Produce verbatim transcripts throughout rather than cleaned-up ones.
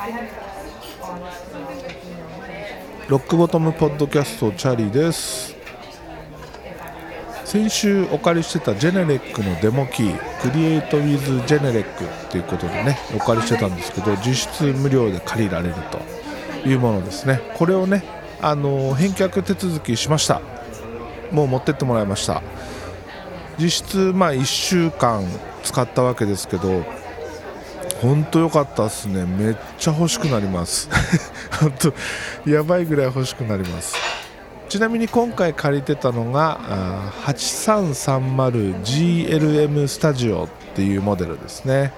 ロックボトムポッドキャストチャリです。先週お借りしてたジェネレックのデモキークリエイトウィズジェネレックということでねお借りしてたんですけど、実質無料で借りられるというものですね。これをねあの返却手続きしました。もう持ってってもらいました。実質まあいっしゅうかん使ったわけですけど、本当良かったですね。めっちゃ欲しくなります本当やばいぐらい欲しくなります。ちなみに今回借りてたのがはちさんさんまるジーエルエム スタジオっていうモデルですね。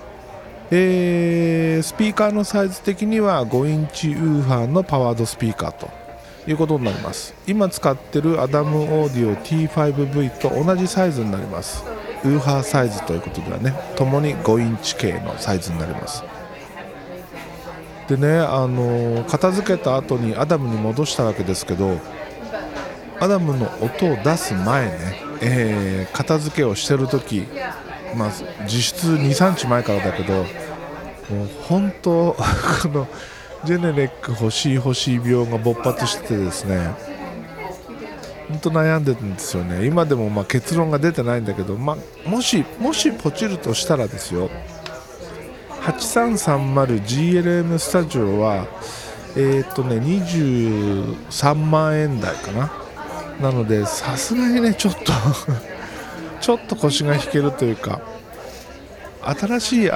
えー、スピーカーのサイズ的にはごインチウーファーのパワードスピーカーということになります。今使ってるアダムオーディオ ティーファイブブイ と同じサイズになります。ウーファーサイズということではね、ともにごインチ系のサイズになります。でね、あの片付けた後にアダムに戻したわけですけど、アダムの音を出す前ね、えー、片付けをしてる時、まあ、実質 にさんにちまえからだけど、もう本当このジェネレック欲しい欲しい病が勃発しててですね、本当悩んでるんですよね。今でもまあ結論が出てないんだけど、まあ、もしもしポチるとしたらですよ、はちさんさんまるジーエルエム スタジオはえーとねにじゅうさんまんえん台かな。なのでさすがにねちょっとちょっと腰が引けるというか、新しい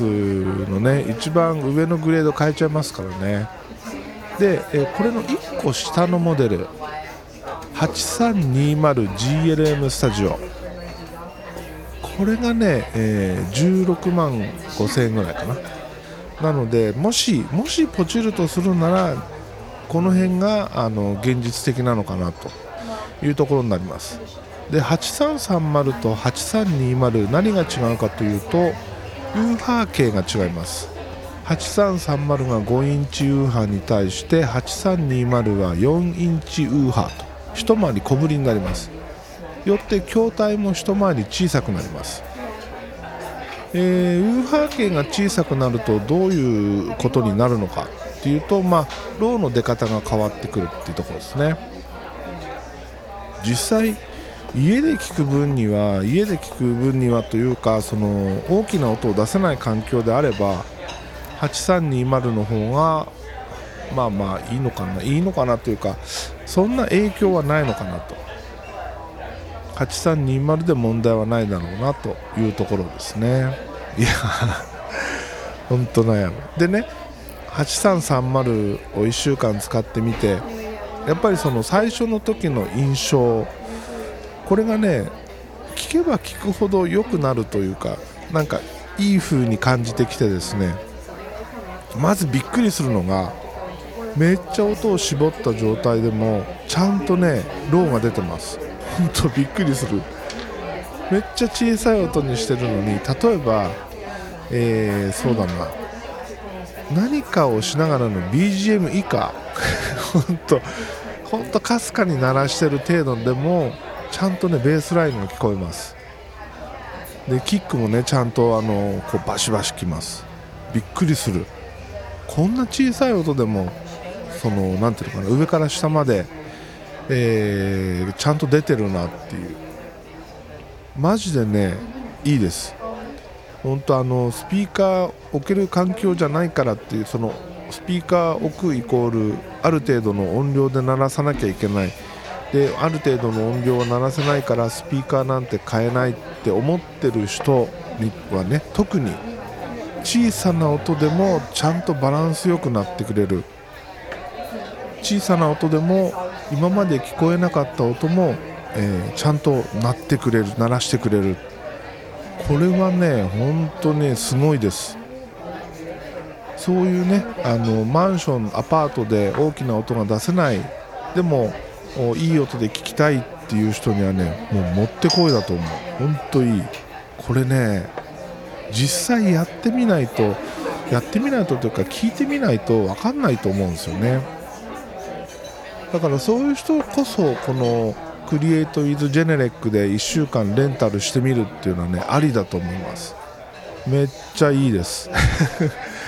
iMac のね一番上のグレード変えちゃいますからね。で、えー、これのいっこ下のモデルはちさんにまるジーエルエム スタジオ、これがね、えー、じゅうろくまんごせんえんぐらいかな。なのでもしもしポチるとするならこの辺があの現実的なのかなというところになります。ではちさんさんまるとはちさんにまる何が違うかというと、ウーファー系が違います。はちさんさんまるがごインチウーファーに対してはちさんにまるはよんインチウーファーと一回り小ぶりになります。よって筐体も一回り小さくなります。えー、ウーファー系が小さくなるとどういうことになるのかっていうと、まあ、ローの出方が変わってくるっていうところですね。実際家で聞く分には家で聞く分にはというか、その大きな音を出せない環境であればはちさんにまるの方がまあまあいいのかないいのかなというか、そんな影響はないのかなと。はちさんにまるで問題はないだろうなというところですね。いや本当悩む。でね、はちさんさんまるをいっしゅうかん使ってみて、やっぱりその最初の時の印象、これがね聞けば聞くほど良くなるというか、なんかいい風に感じてきてですね、まずびっくりするのがめっちゃ音を絞った状態でもちゃんとねローが出てます。本当びっくりする。めっちゃ小さい音にしてるのに、例えば、えー、そうだな、何かをしながらの ビージーエム 以下本当本当かすかに鳴らしてる程度でもちゃんとねベースラインが聞こえます。でキックもねちゃんとあのこうバシバシきます。びっくりする。こんな小さい音でもそのなんていうのかな、上から下まで、えー、ちゃんと出てるなっていう、マジでねいいです。本当あのスピーカー置ける環境じゃないからっていう、そのスピーカー置くイコールある程度の音量で鳴らさなきゃいけない、である程度の音量は鳴らせないからスピーカーなんて買えないって思ってる人にはね、特に小さな音でもちゃんとバランスよくなってくれる、小さな音でも今まで聞こえなかった音も、えー、ちゃんと鳴ってくれる、鳴らしてくれる。これはね本当にすごいです。そういうねあのマンションアパートで大きな音が出せない、でもいい音で聞きたいっていう人にはねもうもってこいだと思う。本当いい。これね実際やってみないとやってみないとというか聞いてみないと分かんないと思うんですよね。だからそういう人こそこのクリエイトウィズジェネレックでいっしゅうかんレンタルしてみるっていうのはねありだと思います。めっちゃいいです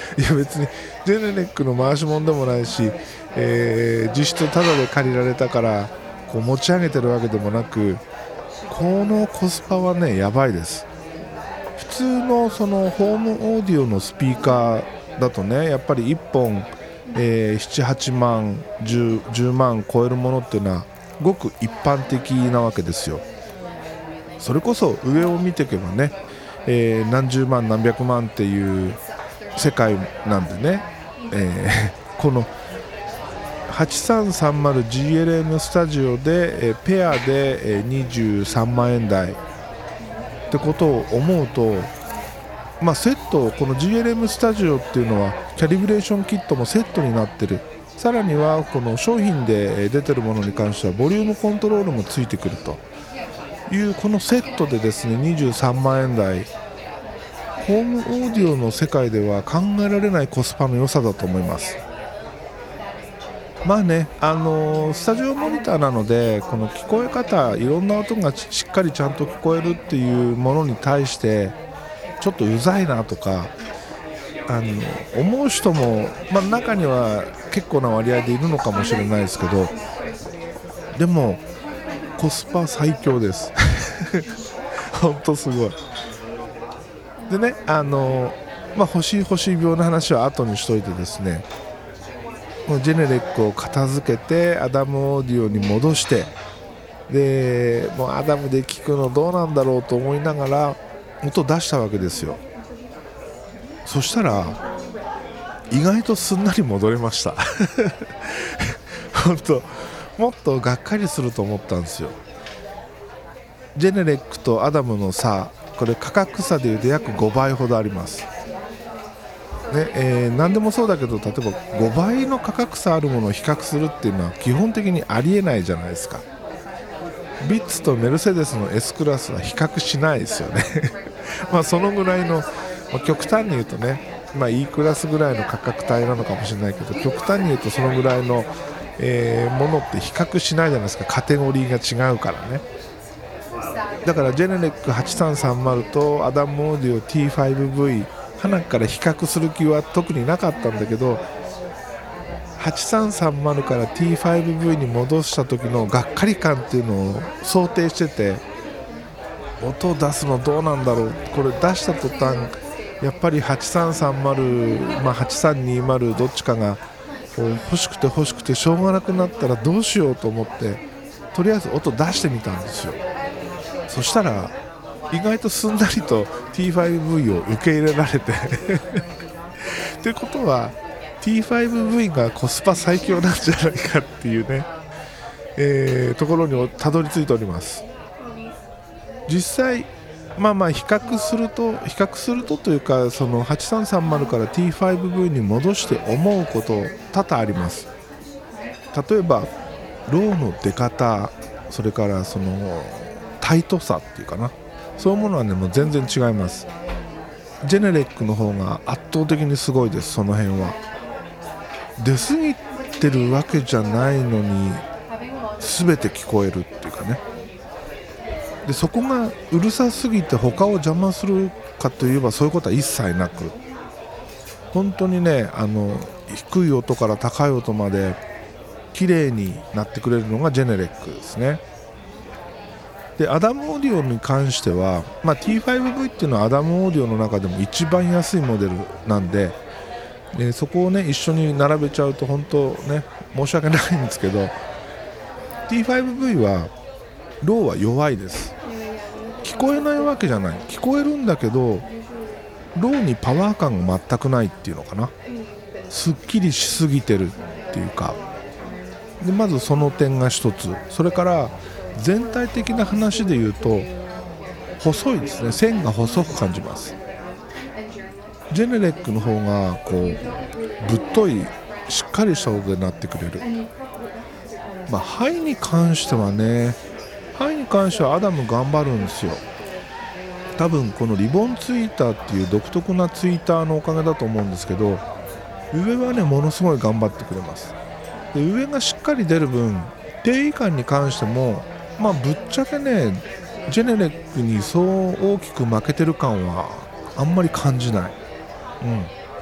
いや別にジェネレックの回し物でもないし、えー、実質タダで借りられたからこう持ち上げてるわけでもなく、このコスパはねやばいです。普通のそのホームオーディオのスピーカーだとね、やっぱりいっぽん、えー、ななはちまん 10, じゅうまん超えるものっていうのはごく一般的なわけですよ。それこそ上を見ていけばね、えー、何十万何百万っていう世界なんでね、えー、この はちさんさんまるジーエルエム スタジオで、えー、ペアで、えー、にじゅうさんまんえん台ってことを思うと、まあ、セットこの ジーエルエム スタジオっていうのはキャリブレーションキットもセットになってる。さらにはこの商品で出てるものに関してはボリュームコントロールもついてくるというこのセットでですねにじゅうさんまんえん台、ホームオーディオの世界では考えられないコスパの良さだと思います。まあね、あのー、スタジオモニターなのでこの聞こえ方、いろんな音がしっかりちゃんと聞こえるっていうものに対してちょっとうざいなとかあの思う人も、まあ、中には結構な割合でいるのかもしれないですけど、でもコスパ最強です本当すごい。でね、あの、まあ、欲しい欲しい病の話は後にしといてですね、もうジェネレックを片付けてアダムオーディオに戻して、でもうアダムで聞くのどうなんだろうと思いながら音を出したわけですよ。そしたら意外とすんなり戻れました本当もっとがっかりすると思ったんですよ。ジェネレックとアダムの差、これ価格差でいうと約ごばいほどあります、ねえー、何でもそうだけど、例えばごばいの価格差あるものを比較するっていうのは基本的にありえないじゃないですか。ビッツとメルセデスの S クラスは比較しないですよねまあそのぐらいの、まあ、極端に言うとね、まあ、E クラスぐらいの価格帯なのかもしれないけど、極端に言うとそのぐらいの、えー、ものって比較しないじゃないですか。カテゴリーが違うからね。だからジェネレックはちさんさんまるとアダムオーディオ ティーファイブブイ 花から比較する気は特になかったんだけど、はちさんさんまるから ティーファイブブイ に戻した時のがっかり感っていうのを想定してて、音を出すのどうなんだろう、これ出した途端やっぱりはちさんさんまる、まあ、はちさんにまるどっちかがこう欲しくて欲しくてしょうがなくなったらどうしようと思ってとりあえず音出してみたんですよ。そしたら意外とすんなりと ティーファイブブイ を受け入れられてってことは ティーファイブブイ がコスパ最強なんじゃないかっていうね、えー、ところにたどり着いております。実際まあまあ比較すると比較するとというか、そのはちさんさんまるから ティーファイブブイ に戻して思うこと多々あります。例えばローの出方、それからそのタイトさっていうかな、そういうものはねもう全然違います。ジェネレックの方が圧倒的にすごいです。その辺は出過ぎてるわけじゃないのに全て聞こえるっていうかね。でそこがうるさすぎて他を邪魔するかといえばそういうことは一切なく、本当にね、あの低い音から高い音まで綺麗になってくれるのがジェネレックですね。でアダムオーディオに関しては、まあ、ティーファイブブイ っていうのはアダムオーディオの中でも一番安いモデルなんで、でそこをね一緒に並べちゃうと本当ね申し訳ないんですけど、 ティーファイブブイ はローは弱いです。聞こえないわけじゃない、聞こえるんだけどローにパワー感が全くないっていうのかな、すっきりしすぎてるっていうかで、まずその点が一つ。それから全体的な話で言うと細いですね。線が細く感じます。ジェネレックの方がこうぶっといしっかりした音でなってくれる。まあハイに関してはね、ハイに関してはアダム頑張るんですよ。多分このリボンツイーターっていう独特なツイーターのおかげだと思うんですけど、上はねものすごい頑張ってくれます。で上がしっかり出る分低位感に関してもまあぶっちゃけねジェネレックにそう大きく負けてる感はあんまり感じない、うん、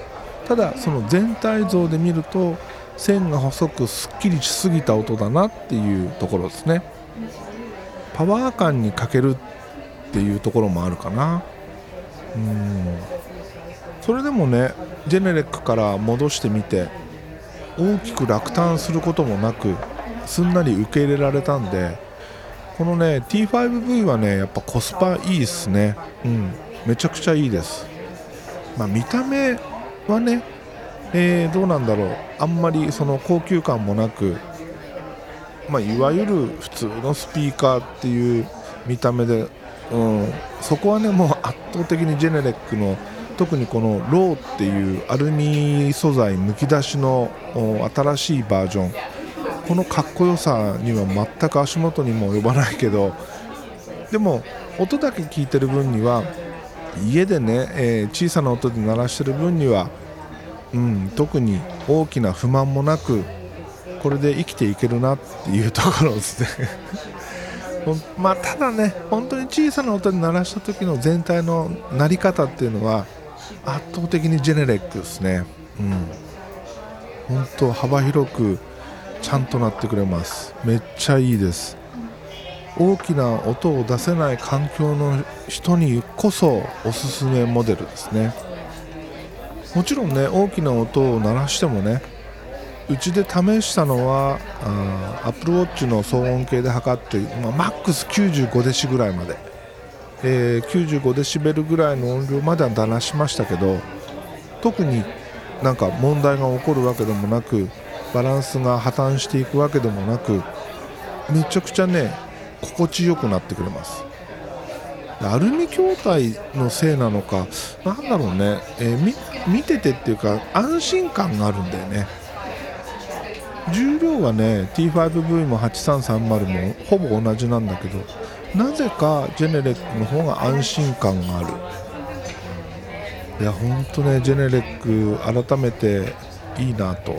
ただその全体像で見ると線が細くすっきりしすぎた音だなっていうところですね。パワー感に欠けるっていうところもあるかな。うーんそれでもねジェネレックから戻してみて大きく落胆することもなくすんなり受け入れられたんで、このね ティーファイブブイ はねやっぱコスパいいですね。うんめちゃくちゃいいです。まあ見た目はね、えー、どうなんだろう、あんまりその高級感もなく、まあ、いわゆる普通のスピーカーっていう見た目で、うん、そこはねもう圧倒的にジェネレックの特にこのローっていうアルミ素材むき出しの新しいバージョン、このかっこよさには全く足元にも及ばないけど、でも音だけ聞いてる分には家でね、えー、小さな音で鳴らしてる分には、うん、特に大きな不満もなくこれで生きていけるなっていうところですねまあただね本当に小さな音で鳴らした時の全体の鳴り方っていうのは圧倒的にジェネレックですね。うん、本当幅広くちゃんと鳴ってくれます。めっちゃいいです。大きな音を出せない環境の人にこそおすすめモデルですね。もちろんね大きな音を鳴らしてもね、うちで試したのはアップルウォッチの騒音計で測って、まあ、マックスきゅうじゅうごデシぐらいまで、えー、きゅうじゅうごデシベルぐらいの音量までは鳴らしましたけど、特になんか問題が起こるわけでもなくバランスが破綻していくわけでもなく、めちゃくちゃね心地よくなってくれます。アルミ筐体のせいなのかなんだろうね、えー、見ててっていうか安心感があるんだよね。重量はね ティーファイブブイ もはちさんさんまるもほぼ同じなんだけど、なぜかジェネレックの方が安心感がある。いやほんとねジェネレック改めていいなと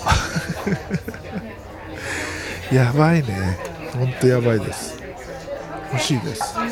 やばいね、ほんとやばいです。欲しいですほん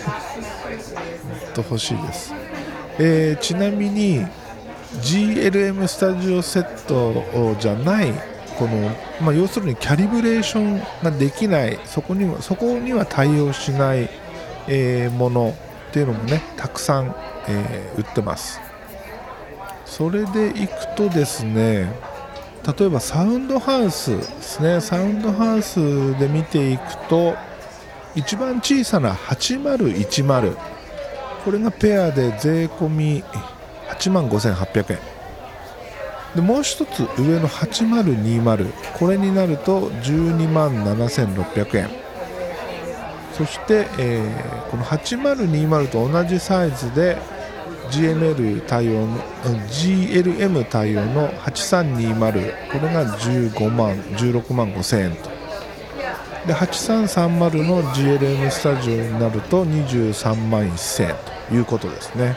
と欲しいです。えー、ちなみに ジーエルエム スタジオセットじゃないこの、まあ、要するにキャリブレーションができない、そこにはそこには対応しない、えー、ものっていうのもねたくさん、えー、売ってます。それでいくとですね、例えばサウンドハウスですね、サウンドハウスで見ていくと一番小さなはちまるいちまる、これがペアで税込みはちまんごせんはっぴゃくえんで、もう一つ上のはちまるにまる、これになるとじゅうにまんななせんろっぴゃくえん。そして、えー、このはちまるにまると同じサイズで ジーエヌエル 対応の ジーエルエム 対応のはちさんにまる、これがじゅうごまんじゅうろくまんごせんえんと、ではちさんさんまるの ジーエルエム スタジオになるとにじゅうさんまんせんえんということですね。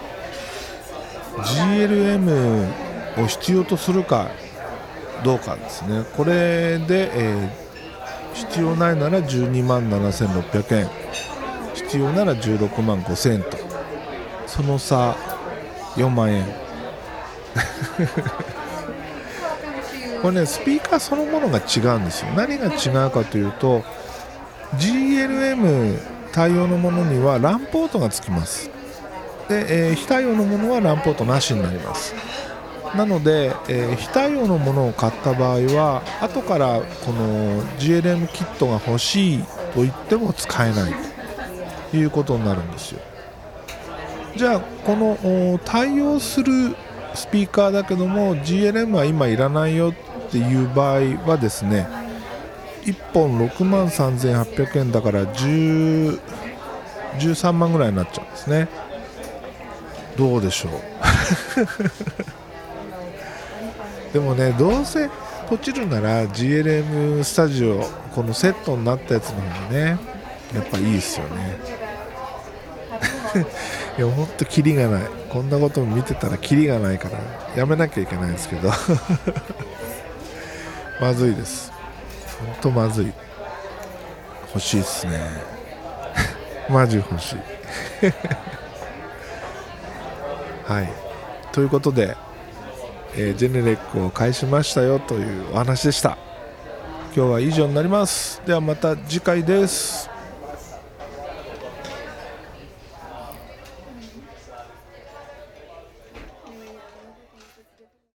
ジーエルエム を必要とするかどうかですね。これで、えー、必要ないならじゅうにまんななせんろっぴゃくえん、必要ならじゅうろくまんごせんえんと、その差よんまんえんこれねスピーカーそのものが違うんですよ。何が違うかというと ジーエルエム 対応のものにはランポートがつきます。で、えー、非対応のものはランポートなしになります。なので、えー、非対応のものを買った場合は後からこの ジーエルエム キットが欲しいと言っても使えないということになるんですよ。じゃあこの対応するスピーカーだけども ジーエルエム は今いらないよっていう場合はですね、いっぽんろくまんさんぜんはっぴゃくえんだからじゅう、じゅうさんまんぐらいになっちゃうんですね。どうでしょうでもね、どうせポチるなら ジーエルエム スタジオこのセットになったやつの方がねやっぱいいですよねいやほんとキリがない、こんなことも見てたらキリがないからやめなきゃいけないんですけどまずいです、ほんとまずい、欲しいっすねマジ欲しいはい、ということでえー、ジェネレックを返しましたよというお話でした。今日は以上になります。ではまた次回です。